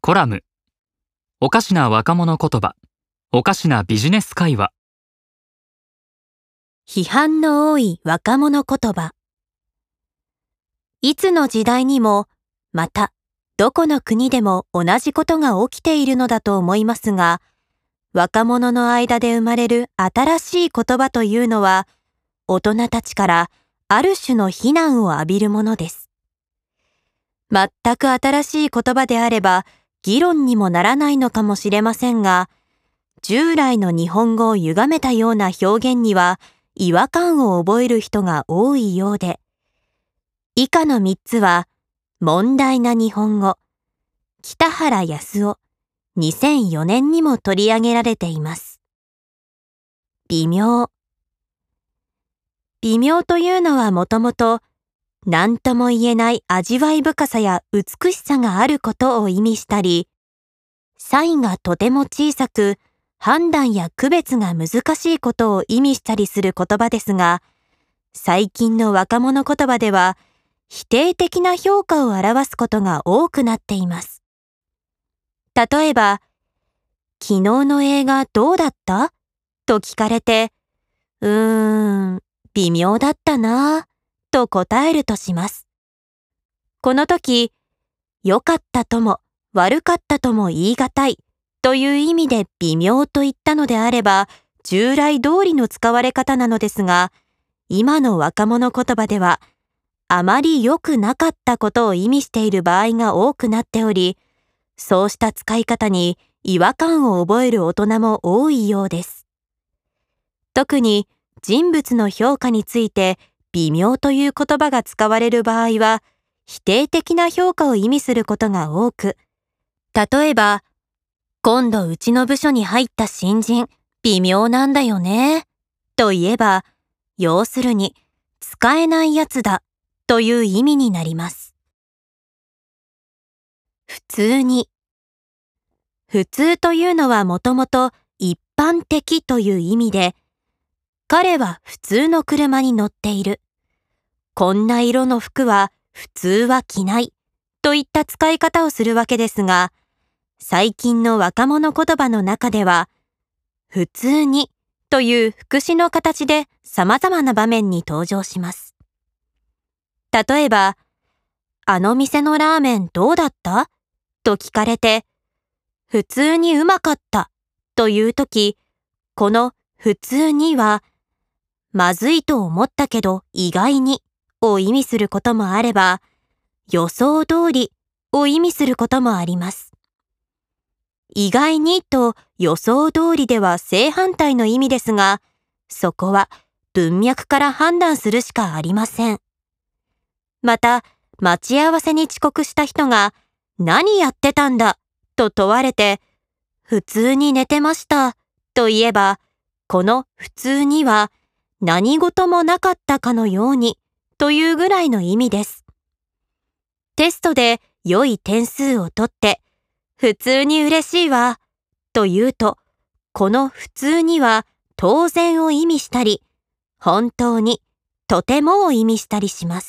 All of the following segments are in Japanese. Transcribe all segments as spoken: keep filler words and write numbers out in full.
コラム、おかしな若者言葉、おかしなビジネス会話。 批判の多い若者言葉。いつの時代にも、また、どこの国でも同じことが起きているのだと思いますが、若者の間で生まれる新しい言葉というのは、大人たちからある種の非難を浴びるものです。全く新しい言葉であれば、議論にもならないのかもしれませんが、従来の日本語を歪めたような表現には違和感を覚える人が多いようで、以下のみっつは、問題な日本語、北原康夫、にせんよねんにも取り上げられています。微妙。微妙というのはもともと、何とも言えない味わい深さや美しさがあることを意味したり、差異がとても小さく、判断や区別が難しいことを意味したりする言葉ですが、最近の若者言葉では、否定的な評価を表すことが多くなっています。例えば、昨日の映画どうだった?と聞かれて、うーん、微妙だったなぁ、と答えるとします。この時、良かったとも悪かったとも言い難いという意味で微妙と言ったのであれば、従来通りの使われ方なのですが、今の若者言葉では、あまり良くなかったことを意味している場合が多くなっており、そうした使い方に違和感を覚える大人も多いようです。特に人物の評価について微妙という言葉が使われる場合は、否定的な評価を意味することが多く、例えば、今度うちの部署に入った新人、微妙なんだよね、と言えば、要するに、使えないやつだ、という意味になります。普通に。普通というのはもともと一般的という意味で、彼は普通の車に乗っている。こんな色の服は普通は着ない、といった使い方をするわけですが、最近の若者言葉の中では、普通にという副詞の形で様々な場面に登場します。例えば、あの店のラーメンどうだった?と聞かれて、普通にうまかったというとき、この普通には、まずいと思ったけど意外にを意味することもあれば、予想通りを意味することもあります。意外にと予想通りでは正反対の意味ですが、そこは文脈から判断するしかありません。また、待ち合わせに遅刻した人が、何やってたんだと問われて、普通に寝てましたと言えば、この普通には何事もなかったかのようにというぐらいの意味です。テストで良い点数を取って、普通に嬉しいわと言うと、この普通には当然を意味したり、本当にとてもを意味したりします。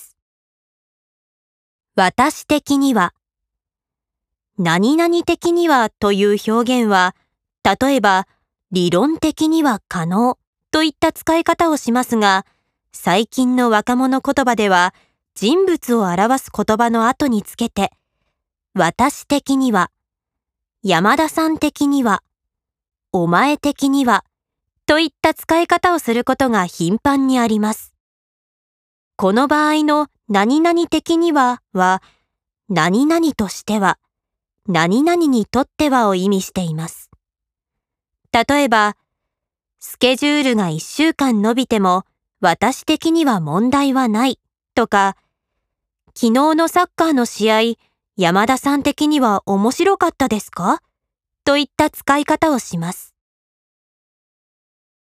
私的には、何々的にはという表現は、例えば理論的には可能といった使い方をしますが、最近の若者言葉では人物を表す言葉の後につけて、私的には、山田さん的には、お前的には、といった使い方をすることが頻繁にあります。この場合の何々的にはは、何々としては、何々にとってはを意味しています。例えば、スケジュールがいっしゅうかん延びても、私的には問題はないとか、昨日のサッカーの試合、山田さん的には面白かったですか?といった使い方をします。